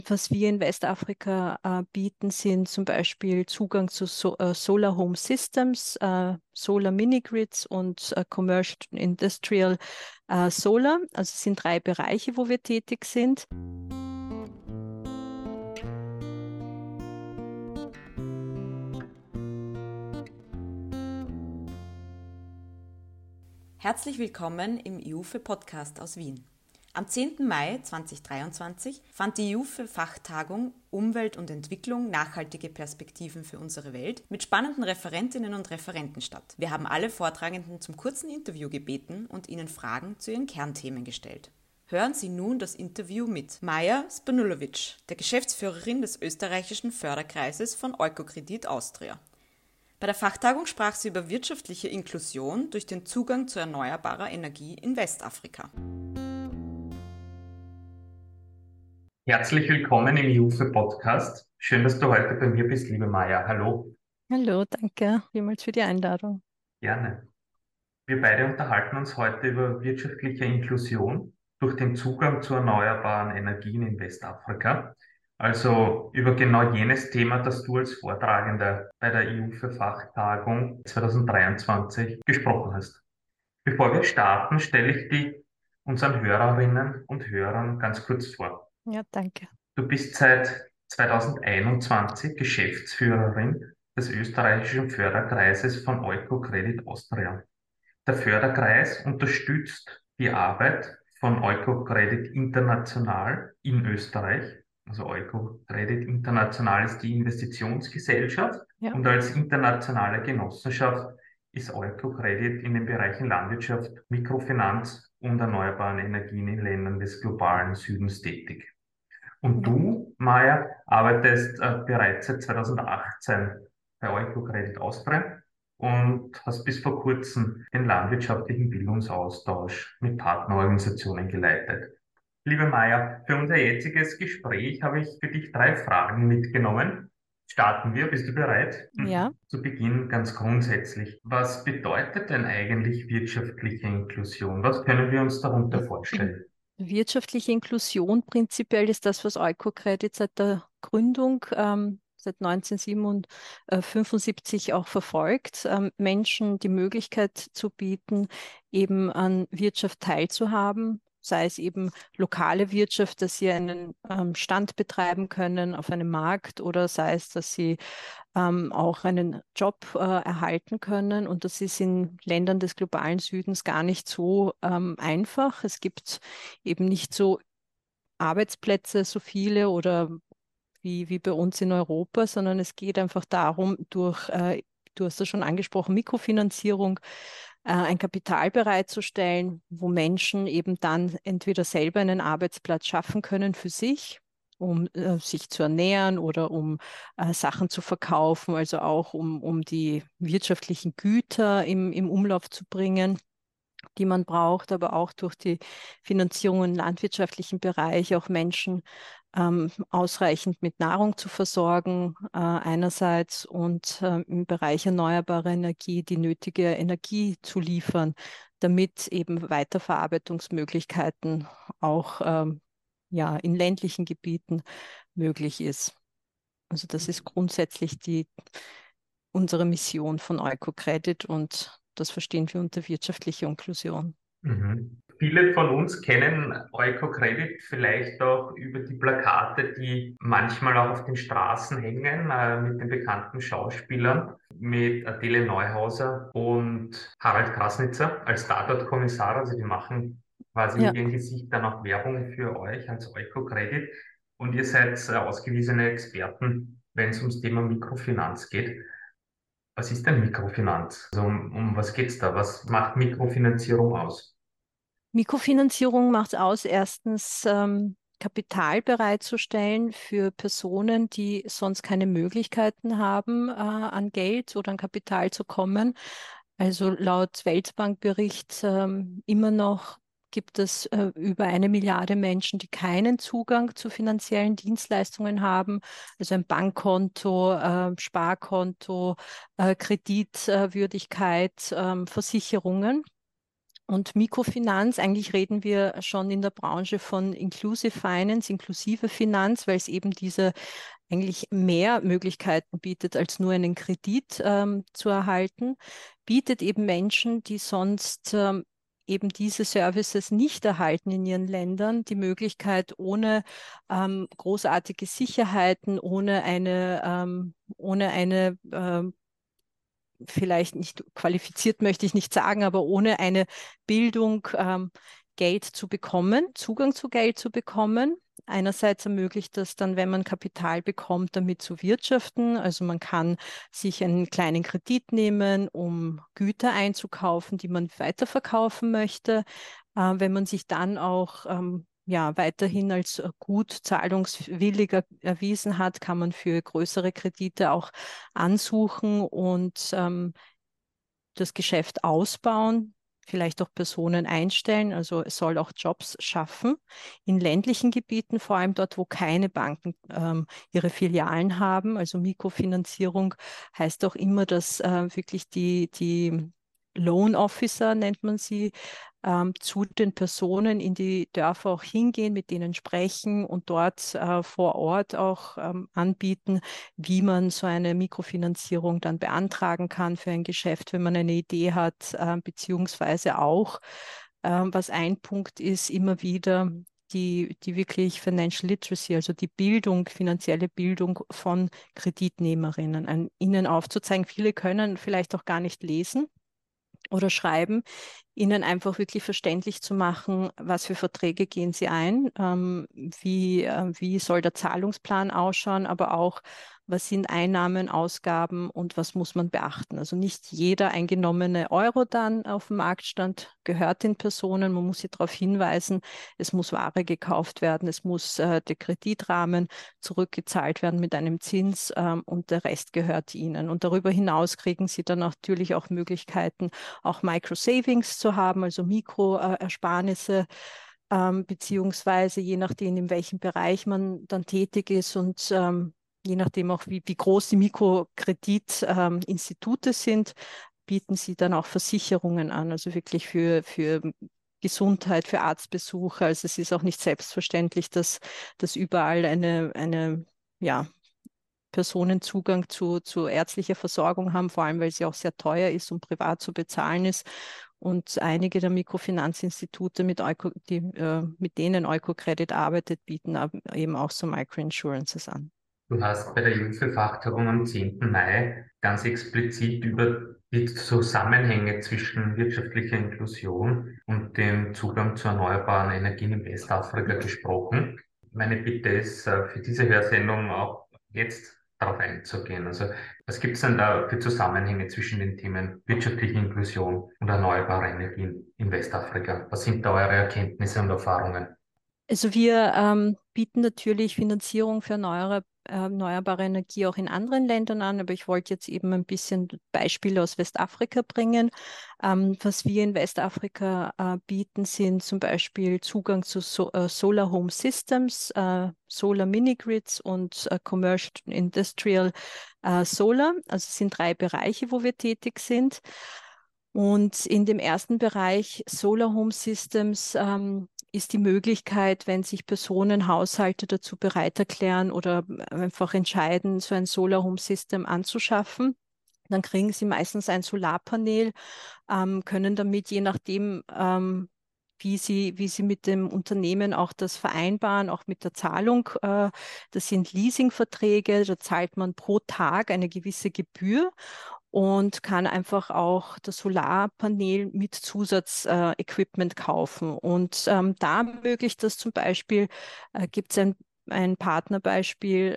Was wir in Westafrika bieten, sind zum Beispiel Zugang zu Solar Home Systems, Solar Mini-Grids und Commercial Industrial Solar. Also es sind 3 Bereiche, wo wir tätig sind. Herzlich willkommen im IUFE-Podcast aus Wien. Am 10. Mai 2023 fand die IUFE-Fachtagung Umwelt und Entwicklung – Nachhaltige Perspektiven für unsere Welt mit spannenden Referentinnen und Referenten statt. Wir haben alle Vortragenden zum kurzen Interview gebeten und ihnen Fragen zu ihren Kernthemen gestellt. Hören Sie nun das Interview mit Maja Spanulovic, der Geschäftsführerin des österreichischen Förderkreises von Eukokredit Austria. Bei der Fachtagung sprach sie über wirtschaftliche Inklusion durch den Zugang zu erneuerbarer Energie in Westafrika. Herzlich willkommen im IUFE-Podcast. Schön, dass du heute bei mir bist, liebe Maja. Hallo. Hallo, danke vielmals für die Einladung. Gerne. Wir beide unterhalten uns heute über wirtschaftliche Inklusion durch den Zugang zu erneuerbaren Energien in Westafrika. Also über genau jenes Thema, das du als Vortragender bei der IUFE-Fachtagung 2023 gesprochen hast. Bevor wir starten, stelle ich dich unseren Hörerinnen und Hörern ganz kurz vor. Ja, danke. Du bist seit 2021 Geschäftsführerin des österreichischen Förderkreises von Eukokredit Austria. Der Förderkreis unterstützt die Arbeit von Eukokredit International in Österreich. Also Eukokredit International ist die Investitionsgesellschaft Ja. und als internationale Genossenschaft ist Eukokredit in den Bereichen Landwirtschaft, Mikrofinanz und erneuerbaren Energien in Ländern des globalen Südens tätig. Und Ja. du, Maja, arbeitest bereits seit 2018 bei Eukokredit Austria und hast bis vor kurzem den landwirtschaftlichen Bildungsaustausch mit Partnerorganisationen geleitet. Liebe Maja, für unser jetziges Gespräch habe ich für dich 3 Fragen mitgenommen. Starten wir. Bist du bereit? Ja. Zu Beginn ganz grundsätzlich. Was bedeutet denn eigentlich wirtschaftliche Inklusion? Was können wir uns darunter vorstellen? Wirtschaftliche Inklusion prinzipiell ist das, was Eukokredit seit der Gründung, seit 1975 auch verfolgt, Menschen die Möglichkeit zu bieten, eben an Wirtschaft teilzuhaben, sei es eben lokale Wirtschaft, dass sie einen Stand betreiben können auf einem Markt oder sei es, dass sie auch einen Job erhalten können. Und das ist in Ländern des globalen Südens gar nicht so einfach. Es gibt eben nicht so Arbeitsplätze, so viele oder wie bei uns in Europa, sondern es geht einfach darum, durch, du hast das schon angesprochen, Mikrofinanzierung, ein Kapital bereitzustellen, wo Menschen eben dann entweder selber einen Arbeitsplatz schaffen können für sich, um sich zu ernähren oder um Sachen zu verkaufen, also auch um die wirtschaftlichen Güter im Umlauf zu bringen, die man braucht, aber auch durch die Finanzierung im landwirtschaftlichen Bereich auch Menschen ausreichend mit Nahrung zu versorgen, einerseits und im Bereich erneuerbare Energie die nötige Energie zu liefern, damit eben Weiterverarbeitungsmöglichkeiten auch ja, in ländlichen Gebieten möglich ist. Also das ist grundsätzlich unsere Mission von Eukocredit und das verstehen wir unter wirtschaftlicher Inklusion. Viele von uns kennen Eukocredit vielleicht auch über die Plakate, die manchmal auch auf den Straßen hängen, mit den bekannten Schauspielern, mit Adele Neuhauser und Harald Krasnitzer als Tatort-Kommissar. Also die machen quasi Ja. mit ihrem Gesicht dann auch Werbung für euch als Eukocredit. Und ihr seid ausgewiesene Experten, wenn es ums Thema Mikrofinanz geht. Was ist denn Mikrofinanz? Also um was geht's da? Was macht Mikrofinanzierung aus? Mikrofinanzierung macht aus, erstens Kapital bereitzustellen für Personen, die sonst keine Möglichkeiten haben, an Geld oder an Kapital zu kommen. Also laut Weltbankbericht immer noch gibt es über 1 Milliarde Menschen, die keinen Zugang zu finanziellen Dienstleistungen haben, also ein Bankkonto, Sparkonto, Kreditwürdigkeit, Versicherungen. Und Mikrofinanz, eigentlich reden wir schon in der Branche von Inclusive Finance, inklusive Finanz, weil es eben diese eigentlich mehr Möglichkeiten bietet, als nur einen Kredit zu erhalten, bietet eben Menschen, die sonst eben diese Services nicht erhalten in ihren Ländern, die Möglichkeit, ohne großartige Sicherheiten, ohne eine vielleicht nicht qualifiziert möchte ich nicht sagen, aber ohne eine Bildung Geld zu bekommen, Zugang zu Geld zu bekommen. Einerseits ermöglicht das dann, wenn man Kapital bekommt, damit zu wirtschaften. Also man kann sich einen kleinen Kredit nehmen, um Güter einzukaufen, die man weiterverkaufen möchte. Wenn man sich dann auch ja, weiterhin als gut zahlungswilliger erwiesen hat, kann man für größere Kredite auch ansuchen und das Geschäft ausbauen, vielleicht auch Personen einstellen. Also es soll auch Jobs schaffen. In ländlichen Gebieten, vor allem dort, wo keine Banken ihre Filialen haben. Also Mikrofinanzierung heißt auch immer, dass wirklich die Loan Officer, nennt man sie, zu den Personen in die Dörfer auch hingehen, mit denen sprechen und dort vor Ort auch anbieten, wie man so eine Mikrofinanzierung dann beantragen kann für ein Geschäft, wenn man eine Idee hat, beziehungsweise auch, was ein Punkt ist, immer wieder die wirklich Financial Literacy, also die Bildung, finanzielle Bildung von Kreditnehmerinnen, ihnen aufzuzeigen. Viele können vielleicht auch gar nicht lesen oder schreiben, ihnen einfach wirklich verständlich zu machen, was für Verträge gehen sie ein, wie soll der Zahlungsplan ausschauen, aber auch, was sind Einnahmen, Ausgaben und was muss man beachten. Also nicht jeder eingenommene Euro dann auf dem Marktstand gehört den Personen. Man muss sie darauf hinweisen, es muss Ware gekauft werden, es muss der Kreditrahmen zurückgezahlt werden mit einem Zins und der Rest gehört ihnen. Und darüber hinaus kriegen sie dann natürlich auch Möglichkeiten, auch Micro-Savings zu haben, also Mikroersparnisse, beziehungsweise je nachdem, in welchem Bereich man dann tätig ist und je nachdem auch, wie groß die Mikrokreditinstitute sind, bieten sie dann auch Versicherungen an, also wirklich für Gesundheit, für Arztbesuche. Also es ist auch nicht selbstverständlich, dass überall eine ja, Personen Zugang zu ärztlicher Versorgung haben, vor allem weil sie auch sehr teuer ist und privat zu bezahlen ist. Und einige der Mikrofinanzinstitute, mit denen Eukocredit arbeitet, bieten eben auch so Microinsurances an. Du hast bei der Juve-Fachtagung am 10. Mai ganz explizit über die Zusammenhänge zwischen wirtschaftlicher Inklusion und dem Zugang zu erneuerbaren Energien in Westafrika gesprochen. Meine Bitte ist, für diese Hörsendung auch jetzt darauf einzugehen. Also, was gibt es denn da für Zusammenhänge zwischen den Themen wirtschaftliche Inklusion und erneuerbare Energien in Westafrika? Was sind da eure Erkenntnisse und Erfahrungen? Also wir bieten natürlich Finanzierung für erneuerbare Energie auch in anderen Ländern an, aber ich wollte jetzt eben ein bisschen Beispiele aus Westafrika bringen. Was wir in Westafrika bieten, sind zum Beispiel Zugang zu Solar Home Systems, Solar Mini-Grids und Commercial Industrial Solar. Also es sind 3 Bereiche, wo wir tätig sind. Und in dem ersten Bereich Solar Home Systems ist die Möglichkeit, wenn sich Personen, Haushalte dazu bereit erklären oder einfach entscheiden, so ein Solar Home System anzuschaffen, dann kriegen sie meistens ein Solarpanel, können damit, je nachdem, wie sie mit dem Unternehmen auch das vereinbaren, auch mit der Zahlung. Das sind Leasingverträge, da zahlt man pro Tag eine gewisse Gebühr und kann einfach auch das Solarpanel mit Zusatzequipment kaufen. Und da ermöglicht das zum Beispiel, gibt es ein Partnerbeispiel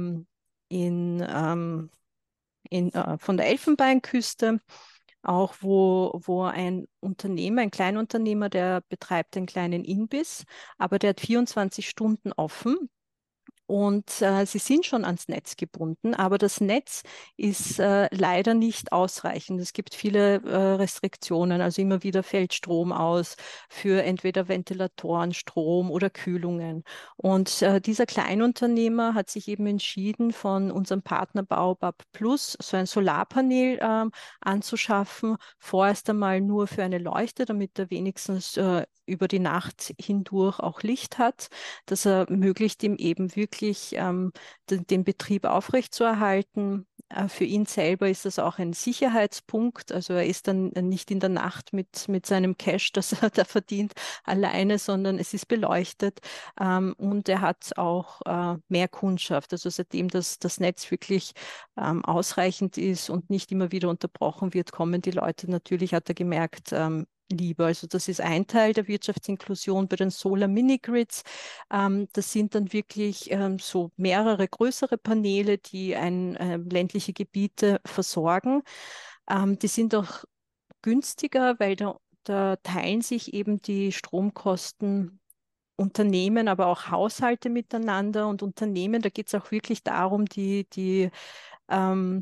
von der Elfenbeinküste, auch wo ein Unternehmer, ein Kleinunternehmer, der betreibt einen kleinen Imbiss, aber der hat 24 Stunden offen Und sie sind schon ans Netz gebunden, aber das Netz ist leider nicht ausreichend. Es gibt viele Restriktionen, also immer wieder fällt Strom aus für entweder Ventilatoren, Strom oder Kühlungen. Und dieser Kleinunternehmer hat sich eben entschieden, von unserem Partner Baobab Plus so ein Solarpanel anzuschaffen, vorerst einmal nur für eine Leuchte, damit er wenigstens über die Nacht hindurch auch Licht hat. Das ermöglicht ihm eben wirklich den Betrieb aufrechtzuerhalten. Für ihn selber ist das auch ein Sicherheitspunkt. Also er ist dann nicht in der Nacht mit seinem Cash, das er da verdient, alleine, sondern es ist beleuchtet. Und er hat auch mehr Kundschaft. Also seitdem das Netz wirklich ausreichend ist und nicht immer wieder unterbrochen wird, kommen die Leute natürlich, hat er gemerkt, lieber. Also das ist ein Teil der Wirtschaftsinklusion bei den Solar Mini-Grids. Das sind dann wirklich so mehrere größere Paneele, die ländliche Gebiete versorgen. Die sind auch günstiger, weil da teilen sich eben die Stromkosten Unternehmen, aber auch Haushalte miteinander und Unternehmen. Da geht es auch wirklich darum, ähm,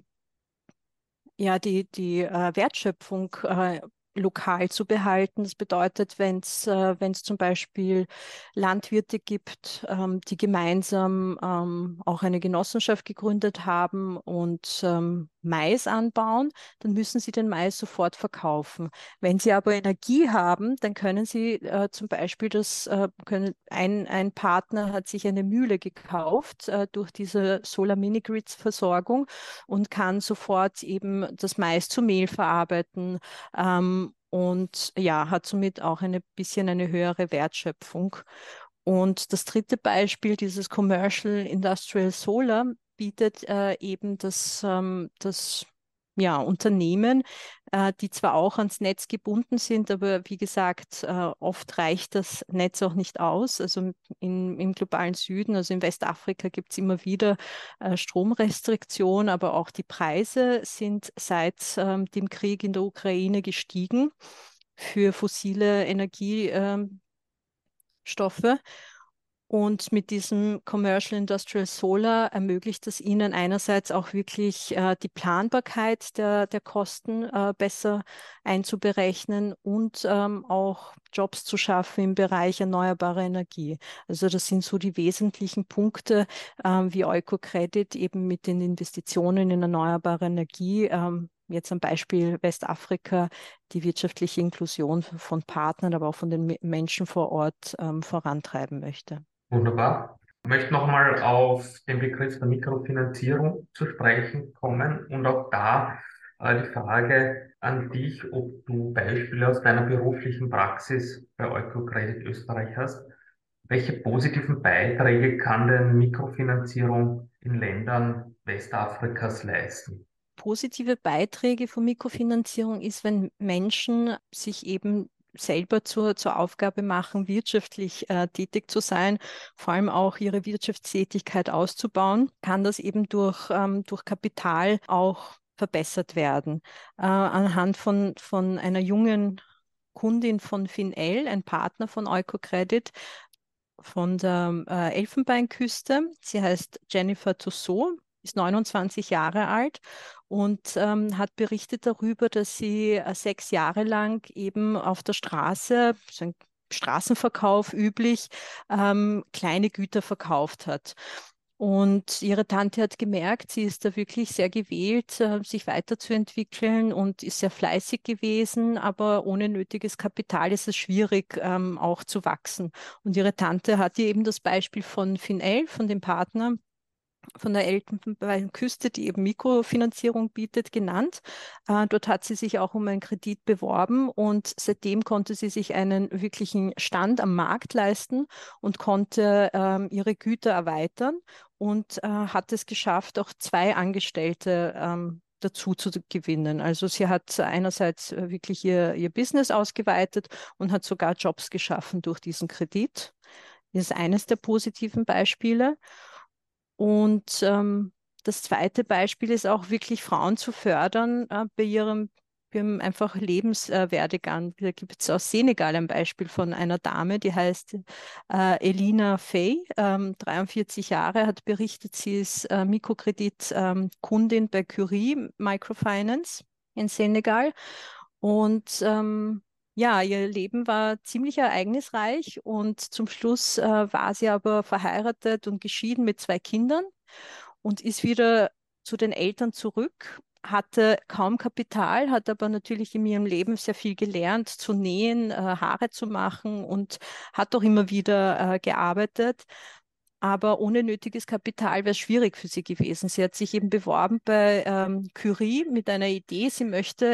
die Wertschöpfung lokal zu behalten. Das bedeutet, wenn es zum Beispiel Landwirte gibt, die gemeinsam auch eine Genossenschaft gegründet haben und Mais anbauen, dann müssen sie den Mais sofort verkaufen. Wenn sie aber Energie haben, dann können sie zum Beispiel ein Partner hat sich eine Mühle gekauft durch diese Solar Mini-Grids Versorgung und kann sofort eben das Mais zu Mehl verarbeiten und ja, hat somit auch ein bisschen eine höhere Wertschöpfung. Und das dritte Beispiel, dieses Commercial Industrial Solar, bietet eben das ja, Unternehmen, die zwar auch ans Netz gebunden sind, aber wie gesagt, oft reicht das Netz auch nicht aus. Also im globalen Süden, also in Westafrika, gibt es immer wieder Stromrestriktionen, aber auch die Preise sind seit dem Krieg in der Ukraine gestiegen für fossile Energiestoffe. Und mit diesem Commercial Industrial Solar ermöglicht es Ihnen einerseits auch wirklich die Planbarkeit der Kosten besser einzuberechnen und auch Jobs zu schaffen im Bereich erneuerbare Energie. Also das sind so die wesentlichen Punkte, wie Eukocredit eben mit den Investitionen in erneuerbare Energie jetzt am Beispiel Westafrika die wirtschaftliche Inklusion von Partnern, aber auch von den Menschen vor Ort vorantreiben möchte. Wunderbar. Ich möchte nochmal auf den Begriff der Mikrofinanzierung zu sprechen kommen und auch da die Frage an dich, ob du Beispiele aus deiner beruflichen Praxis bei Eukocredit Österreich hast. Welche positiven Beiträge kann denn Mikrofinanzierung in Ländern Westafrikas leisten? Positive Beiträge von Mikrofinanzierung ist, wenn Menschen sich eben selber zur Aufgabe machen, wirtschaftlich tätig zu sein, vor allem auch ihre Wirtschaftstätigkeit auszubauen, kann das eben durch Kapital auch verbessert werden. Anhand von einer jungen Kundin von Finell, ein Partner von Eukocredit, von der Elfenbeinküste. Sie heißt Jennifer Tussaud, ist 29 Jahre alt und hat berichtet darüber, dass sie 6 Jahre lang eben auf der Straße, so ein Straßenverkauf üblich, kleine Güter verkauft hat. Und ihre Tante hat gemerkt, sie ist da wirklich sehr gewählt, sich weiterzuentwickeln und ist sehr fleißig gewesen, aber ohne nötiges Kapital ist es schwierig, auch zu wachsen. Und ihre Tante hat ihr eben das Beispiel von Finell, von dem Partner, von der Elfenbeinküste, die eben Mikrofinanzierung bietet, genannt. Dort hat sie sich auch um einen Kredit beworben und seitdem konnte sie sich einen wirklichen Stand am Markt leisten und konnte ihre Güter erweitern und hat es geschafft, auch 2 Angestellte dazu zu gewinnen. Also sie hat einerseits wirklich ihr Business ausgeweitet und hat sogar Jobs geschaffen durch diesen Kredit. Das ist eines der positiven Beispiele. Und das zweite Beispiel ist auch wirklich Frauen zu fördern bei ihrem Wir haben einfach Lebenswerdegang. Da gibt es aus Senegal ein Beispiel von einer Dame, die heißt Elina Faye, 43 Jahre, hat berichtet, sie ist Mikrokredit-Kundin bei Curie Microfinance in Senegal. Und ja, ihr Leben war ziemlich ereignisreich und zum Schluss war sie aber verheiratet und geschieden mit 2 Kindern und ist wieder zu den Eltern zurück, hatte kaum Kapital, hat aber natürlich in ihrem Leben sehr viel gelernt, zu nähen, Haare zu machen und hat auch immer wieder gearbeitet. Aber ohne nötiges Kapital wäre es schwierig für sie gewesen. Sie hat sich eben beworben bei Curie mit einer Idee, sie möchte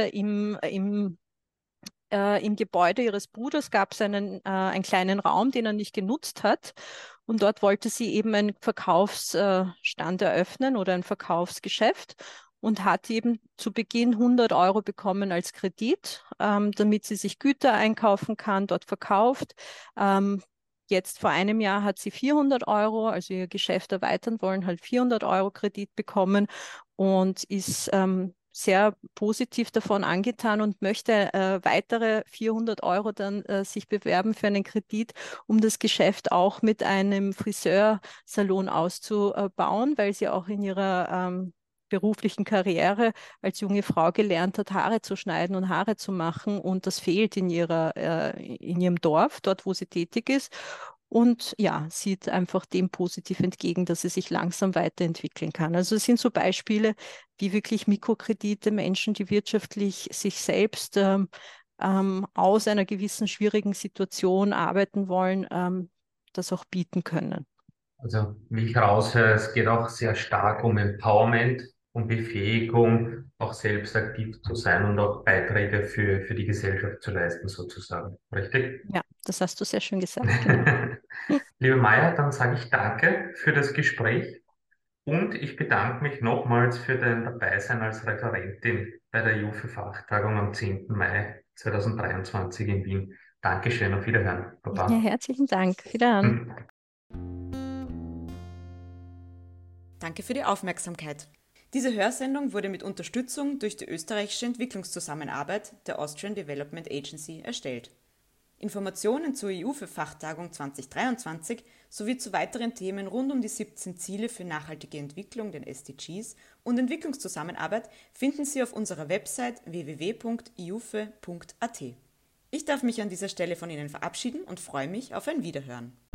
im Gebäude ihres Bruders gab es einen kleinen Raum, den er nicht genutzt hat. Und dort wollte sie eben einen Verkaufsstand eröffnen oder ein Verkaufsgeschäft und hat eben zu Beginn 100 € bekommen als Kredit, damit sie sich Güter einkaufen kann, dort verkauft. Jetzt vor einem Jahr hat sie 400 €, also ihr Geschäft erweitern wollen, halt 400 € Kredit bekommen und ist sehr positiv davon angetan und möchte weitere 400 € dann sich bewerben für einen Kredit, um das Geschäft auch mit einem Friseursalon auszubauen, weil sie auch in ihrer beruflichen Karriere als junge Frau gelernt hat, Haare zu schneiden und Haare zu machen. Und das fehlt in ihrem Dorf, dort, wo sie tätig ist. Und ja, sieht einfach dem positiv entgegen, dass sie sich langsam weiterentwickeln kann. Also es sind so Beispiele, wie wirklich Mikrokredite Menschen, die wirtschaftlich sich selbst aus einer gewissen schwierigen Situation arbeiten wollen, das auch bieten können. Also, wie ich raushöre, es geht auch sehr stark um Empowerment, um Befähigung, auch selbst aktiv zu sein und auch Beiträge für die Gesellschaft zu leisten, sozusagen. Richtig? Ja, das hast du sehr schön gesagt, genau. Liebe Maya, dann sage ich danke für das Gespräch und ich bedanke mich nochmals für dein Dabeisein als Referentin bei der JUFE-Fachtagung am 10. Mai 2023 in Wien. Dankeschön, auf Wiederhören. Ja, Baba. herzlichen Dank. Wieder an. Danke für die Aufmerksamkeit. Diese Hörsendung wurde mit Unterstützung durch die österreichische Entwicklungszusammenarbeit der Austrian Development Agency erstellt. Informationen zur EU-für-Fachtagung 2023 sowie zu weiteren Themen rund um die 17 Ziele für nachhaltige Entwicklung, den SDGs, und Entwicklungszusammenarbeit finden Sie auf unserer Website www.iufe.at. Ich darf mich an dieser Stelle von Ihnen verabschieden und freue mich auf ein Wiederhören.